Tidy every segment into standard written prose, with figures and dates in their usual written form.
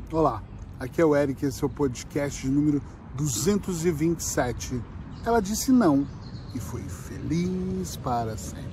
Olá, aqui é o Eric, esse é o podcast de número 227. Ela disse não e foi feliz para sempre.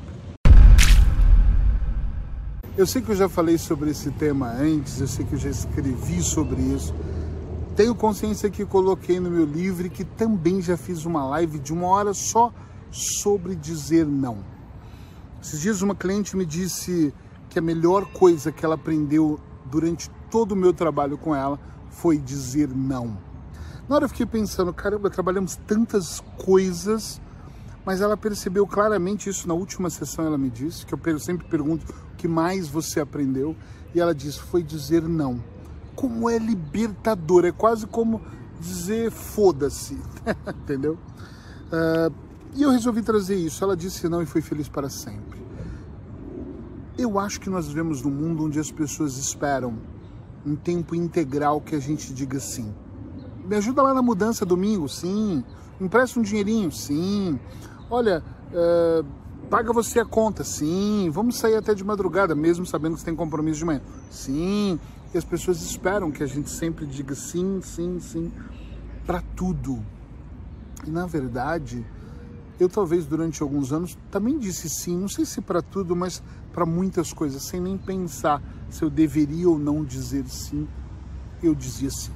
Eu sei que eu já falei sobre esse tema antes, eu sei que eu já escrevi sobre isso. Tenho consciência que coloquei no meu livro e que também já fiz uma live de 1 hora só sobre dizer não. Esses dias uma cliente me disse que a melhor coisa que ela aprendeu durante todo o meu trabalho com ela foi dizer não. Na hora eu fiquei pensando, caramba, trabalhamos tantas coisas, mas ela percebeu claramente isso na última sessão. Ela me disse, que eu sempre pergunto o que mais você aprendeu, e ela disse, foi dizer não. Como é libertador, é quase como dizer foda-se, entendeu? E eu resolvi trazer isso. Ela disse não e foi feliz para sempre. Eu acho que nós vivemos num mundo onde as pessoas esperam um tempo integral que a gente diga sim. Me ajuda lá na mudança domingo? Sim. Me empresta um dinheirinho? Sim. Olha, paga você a conta? Sim. Vamos sair até de madrugada, mesmo sabendo que você tem compromisso de manhã? Sim. E as pessoas esperam que a gente sempre diga sim, sim, sim, para tudo. E na verdade, eu talvez durante alguns anos também disse sim, não sei se para tudo, mas para muitas coisas, sem nem pensar se eu deveria ou não dizer sim, eu dizia sim.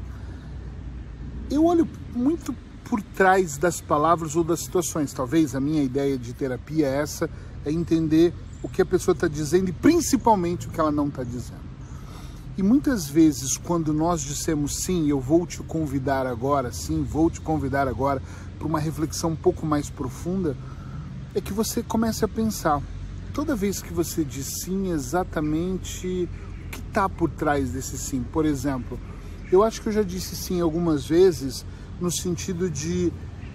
Eu olho muito por trás das palavras ou das situações. Talvez a minha ideia de terapia é essa, é entender o que a pessoa está dizendo e principalmente o que ela não está dizendo. E muitas vezes, quando nós dissemos sim, eu vou te convidar agora, sim, vou te convidar agora para uma reflexão um pouco mais profunda, é que você comece a pensar, toda vez que você diz sim, exatamente o que está por trás desse sim. Por exemplo, eu acho que eu já disse sim algumas vezes no sentido de,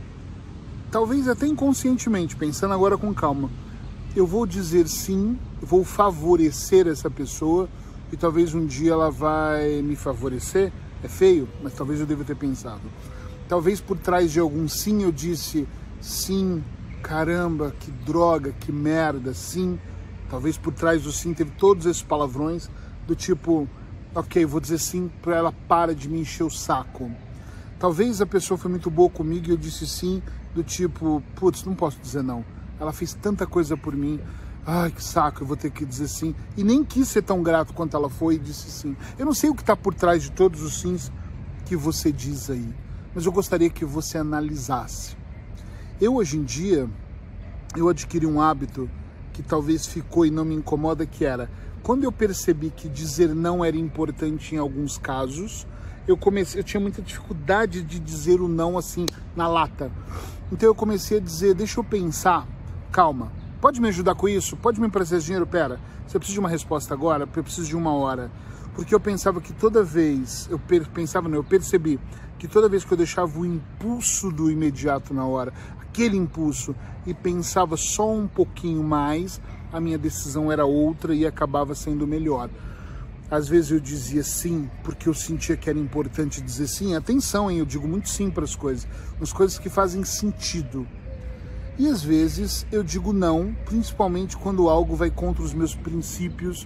talvez até inconscientemente, pensando agora com calma, eu vou dizer sim, vou favorecer essa pessoa, e talvez um dia ela vai me favorecer. É feio, mas talvez eu deva ter pensado. Talvez por trás de algum sim eu disse sim, caramba, que droga, que merda, sim. Talvez por trás do sim teve todos esses palavrões do tipo, ok, vou dizer sim para ela, para de me encher o saco. Talvez a pessoa foi muito boa comigo e eu disse sim do tipo, putz, não posso dizer não. Ela fez tanta coisa por mim. Ai, que saco, eu vou ter que dizer sim. E nem quis ser tão grato quanto ela foi e disse sim. Eu não sei o que está por trás de todos os sims que você diz aí, mas eu gostaria que você analisasse. Eu, hoje em dia, eu adquiri um hábito que talvez ficou e não me incomoda, que era, quando eu percebi que dizer não era importante em alguns casos, eu tinha muita dificuldade de dizer o não assim, na lata. Então eu comecei a dizer, deixa eu pensar, calma. Pode me ajudar com isso? Pode me emprestar esse dinheiro? Pera, você precisa de uma resposta agora? Eu preciso de 1 hora. Porque eu pensava que toda vez, eu percebi que toda vez que eu deixava o impulso do imediato na hora, aquele impulso, e pensava só um pouquinho mais, a minha decisão era outra e acabava sendo melhor. Às vezes eu dizia sim, porque eu sentia que era importante dizer sim. Atenção, hein? Eu digo muito sim para as coisas que fazem sentido. E às vezes eu digo não, principalmente quando algo vai contra os meus princípios,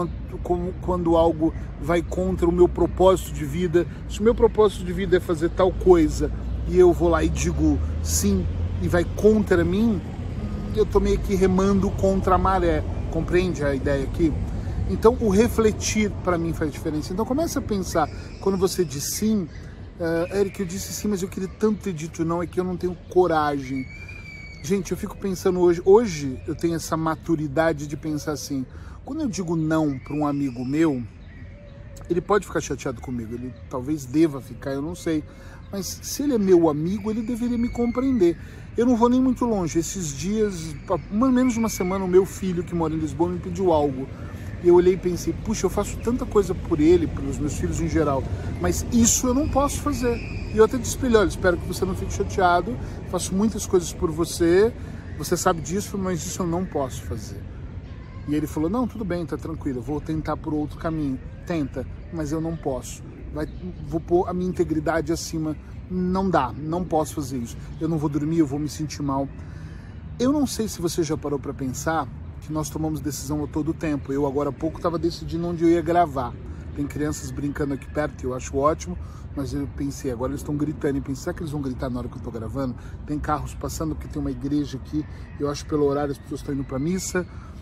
quando algo vai contra o meu propósito de vida. Se o meu propósito de vida é fazer tal coisa e eu vou lá e digo sim e vai contra mim, eu tô meio que remando contra a maré. Compreende a ideia aqui? Então o refletir para mim faz diferença. Então começa a pensar, quando você diz sim, Eric, eu disse sim, mas eu queria tanto ter dito não, é que eu não tenho coragem. Gente, eu fico pensando hoje eu tenho essa maturidade de pensar assim, quando eu digo não para um amigo meu, ele pode ficar chateado comigo, ele talvez deva ficar, eu não sei, mas se ele é meu amigo, ele deveria me compreender. Eu não vou nem muito longe, esses dias, menos de uma semana, o meu filho que mora em Lisboa me pediu algo, e eu olhei e pensei, puxa, eu faço tanta coisa por ele, pelos meus filhos em geral, mas isso eu não posso fazer. E eu até disse para ele, olha, espero que você não fique chateado, faço muitas coisas por você, você sabe disso, mas isso eu não posso fazer. E ele falou, não, tudo bem, tá tranquilo, eu vou tentar por outro caminho. Tenta, mas eu não posso. Vou pôr a minha integridade acima, não dá, não posso fazer isso. Eu não vou dormir, eu vou me sentir mal. Eu não sei se você já parou para pensar que nós tomamos decisão a todo tempo. Eu agora há pouco estava decidindo onde eu ia gravar. Tem crianças brincando aqui perto, eu acho ótimo, mas eu pensei, agora eles estão gritando, e pensei, será que eles vão gritar na hora que eu estou gravando? Tem carros passando, porque tem uma igreja aqui, eu acho que pelo horário as pessoas estão indo para missa.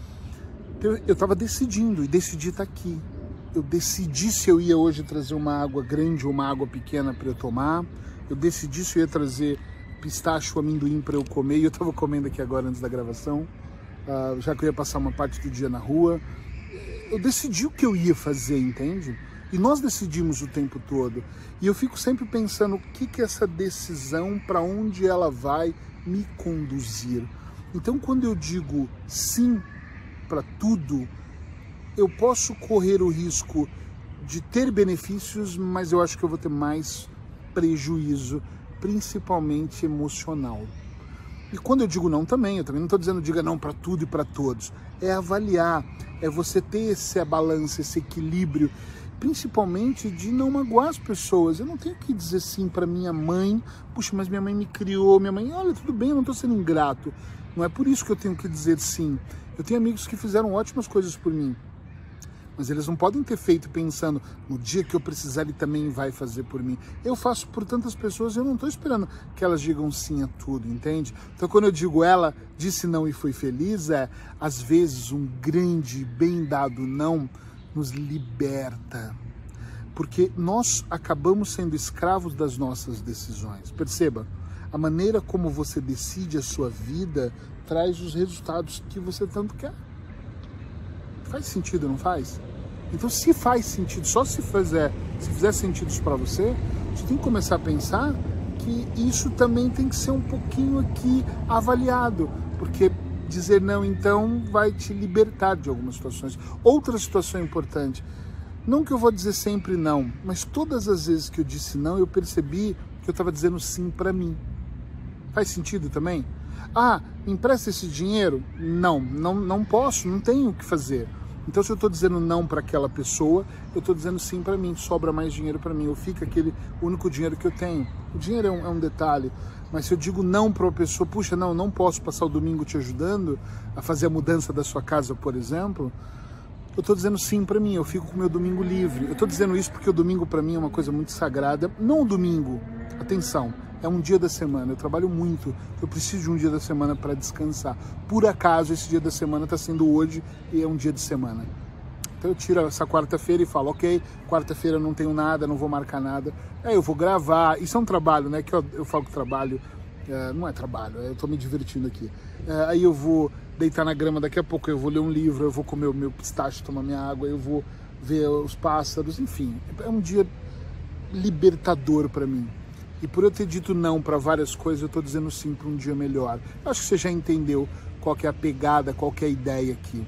Eu estava decidindo, e decidi estar aqui. Eu decidi se eu ia hoje trazer uma água grande ou uma água pequena para eu tomar. Eu decidi se eu ia trazer pistache ou amendoim para eu comer, e eu estava comendo aqui agora antes da gravação, já que eu ia passar uma parte do dia na rua. Eu decidi o que eu ia fazer, entende? E nós decidimos o tempo todo. E eu fico sempre pensando o que essa decisão, para onde ela vai me conduzir. Então, quando eu digo sim para tudo, eu posso correr o risco de ter benefícios, mas eu acho que eu vou ter mais prejuízo, principalmente emocional. E quando eu digo não também, eu também não estou dizendo diga não para tudo e para todos. É avaliar, é você ter essa balança, esse equilíbrio, principalmente de não magoar as pessoas. Eu não tenho que dizer sim para minha mãe, puxa, mas minha mãe me criou, minha mãe, olha, tudo bem, eu não estou sendo ingrato. Não é por isso que eu tenho que dizer sim. Eu tenho amigos que fizeram ótimas coisas por mim, mas eles não podem ter feito pensando, no dia que eu precisar ele também vai fazer por mim. Eu faço por tantas pessoas, eu não estou esperando que elas digam sim a tudo, entende? Então quando eu digo ela disse não e foi feliz, às vezes um grande, bem dado não nos liberta. Porque nós acabamos sendo escravos das nossas decisões. Perceba, a maneira como você decide a sua vida traz os resultados que você tanto quer. Faz sentido, não faz? Então, se faz sentido, só se fizer sentido isso para você, você tem que começar a pensar que isso também tem que ser um pouquinho aqui avaliado, porque dizer não, então, vai te libertar de algumas situações. Outra situação importante, não que eu vou dizer sempre não, mas todas as vezes que eu disse não, eu percebi que eu estava dizendo sim para mim. Faz sentido também? Ah, me empresta esse dinheiro? Não posso, não tenho o que fazer. Então, se eu estou dizendo não para aquela pessoa, eu estou dizendo sim para mim, sobra mais dinheiro para mim, ou fica aquele único dinheiro que eu tenho. O dinheiro é um detalhe, mas se eu digo não para uma pessoa, puxa, não posso passar o domingo te ajudando a fazer a mudança da sua casa, por exemplo, eu estou dizendo sim para mim, eu fico com o meu domingo livre. Eu estou dizendo isso porque o domingo para mim é uma coisa muito sagrada. Não o domingo, atenção, é um dia da semana, eu trabalho muito, eu preciso de um dia da semana para descansar. Por acaso, esse dia da semana está sendo hoje e é um dia de semana. Então eu tiro essa quarta-feira e falo, ok, quarta-feira não tenho nada, não vou marcar nada. Aí eu vou gravar, isso é um trabalho, né, que eu falo que trabalho, não é trabalho, eu estou me divertindo aqui. Aí eu vou deitar na grama daqui a pouco, eu vou ler um livro, eu vou comer o meu pistache, tomar minha água, eu vou ver os pássaros, enfim. É um dia libertador para mim. E por eu ter dito não para várias coisas, eu estou dizendo sim para um dia melhor. Eu acho que você já entendeu qual que é a pegada, qual que é a ideia aqui.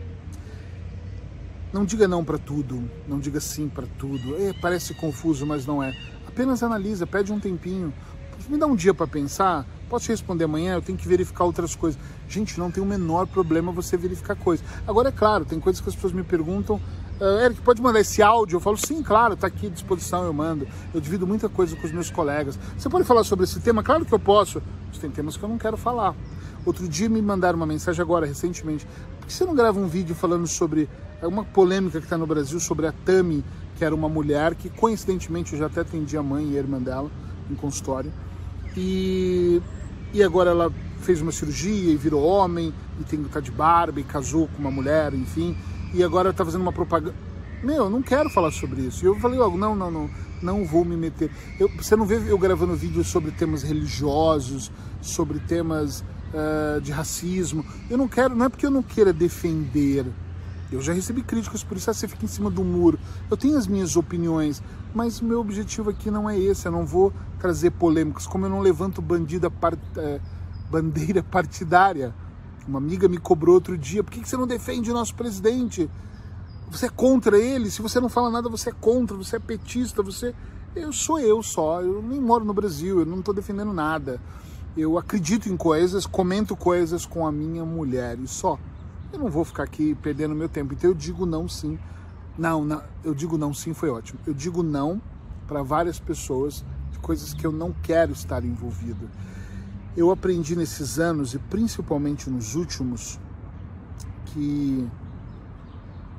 Não diga não para tudo, não diga sim para tudo. Parece confuso, mas não é. Apenas analisa, pede um tempinho. Me dá um dia para pensar, posso responder amanhã, eu tenho que verificar outras coisas. Gente, não tem o menor problema você verificar coisas. Agora, é claro, tem coisas que as pessoas me perguntam, Eric, pode mandar esse áudio? Eu falo, sim, claro, está aqui à disposição, eu mando. Eu divido muita coisa com os meus colegas. Você pode falar sobre esse tema? Claro que eu posso. Mas tem temas que eu não quero falar. Outro dia me mandaram uma mensagem agora, recentemente. Por que você não grava um vídeo falando sobre uma polêmica que está no Brasil, sobre a Tami, que era uma mulher que, coincidentemente, eu já até atendi a mãe e a irmã dela em consultório. E agora ela fez uma cirurgia e virou homem, e tá de barba, e casou com uma mulher, enfim. E agora tá fazendo uma propaganda. Eu não quero falar sobre isso. E eu falei, não vou me meter. Você não vê eu gravando vídeos sobre temas religiosos, sobre temas de racismo. Eu não quero, não é porque eu não queira defender. Eu já recebi críticas por isso, você fica em cima do muro. Eu tenho as minhas opiniões, mas o meu objetivo aqui não é esse. Eu não vou trazer polêmicas, como eu não levanto bandeira partidária. Uma amiga me cobrou outro dia, por que você não defende o nosso presidente? Você é contra ele? Se você não fala nada, você é contra, você é petista, Eu sou eu só, eu nem moro no Brasil, eu não estou defendendo nada. Eu acredito em coisas, comento coisas com a minha mulher e só. Eu não vou ficar aqui perdendo meu tempo, então eu digo não sim. Não, eu digo não sim, foi ótimo. Eu digo não para várias pessoas de coisas que eu não quero estar envolvido. Eu aprendi nesses anos, e principalmente nos últimos, que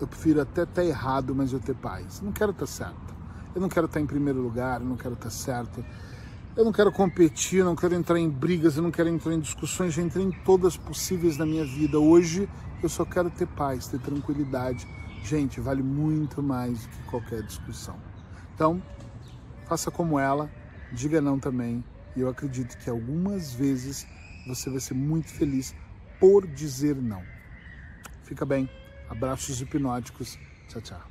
eu prefiro até estar errado, mas eu ter paz. Eu não quero estar certo. Eu não quero estar em primeiro lugar, eu não quero estar certo. Eu não quero competir, eu não quero entrar em brigas, eu não quero entrar em discussões. Já entrei em todas possíveis na minha vida. Hoje eu só quero ter paz, ter tranquilidade. Gente, vale muito mais do que qualquer discussão. Então, faça como ela, diga não também. E eu acredito que algumas vezes você vai ser muito feliz por dizer não. Fica bem. Abraços hipnóticos. Tchau, tchau.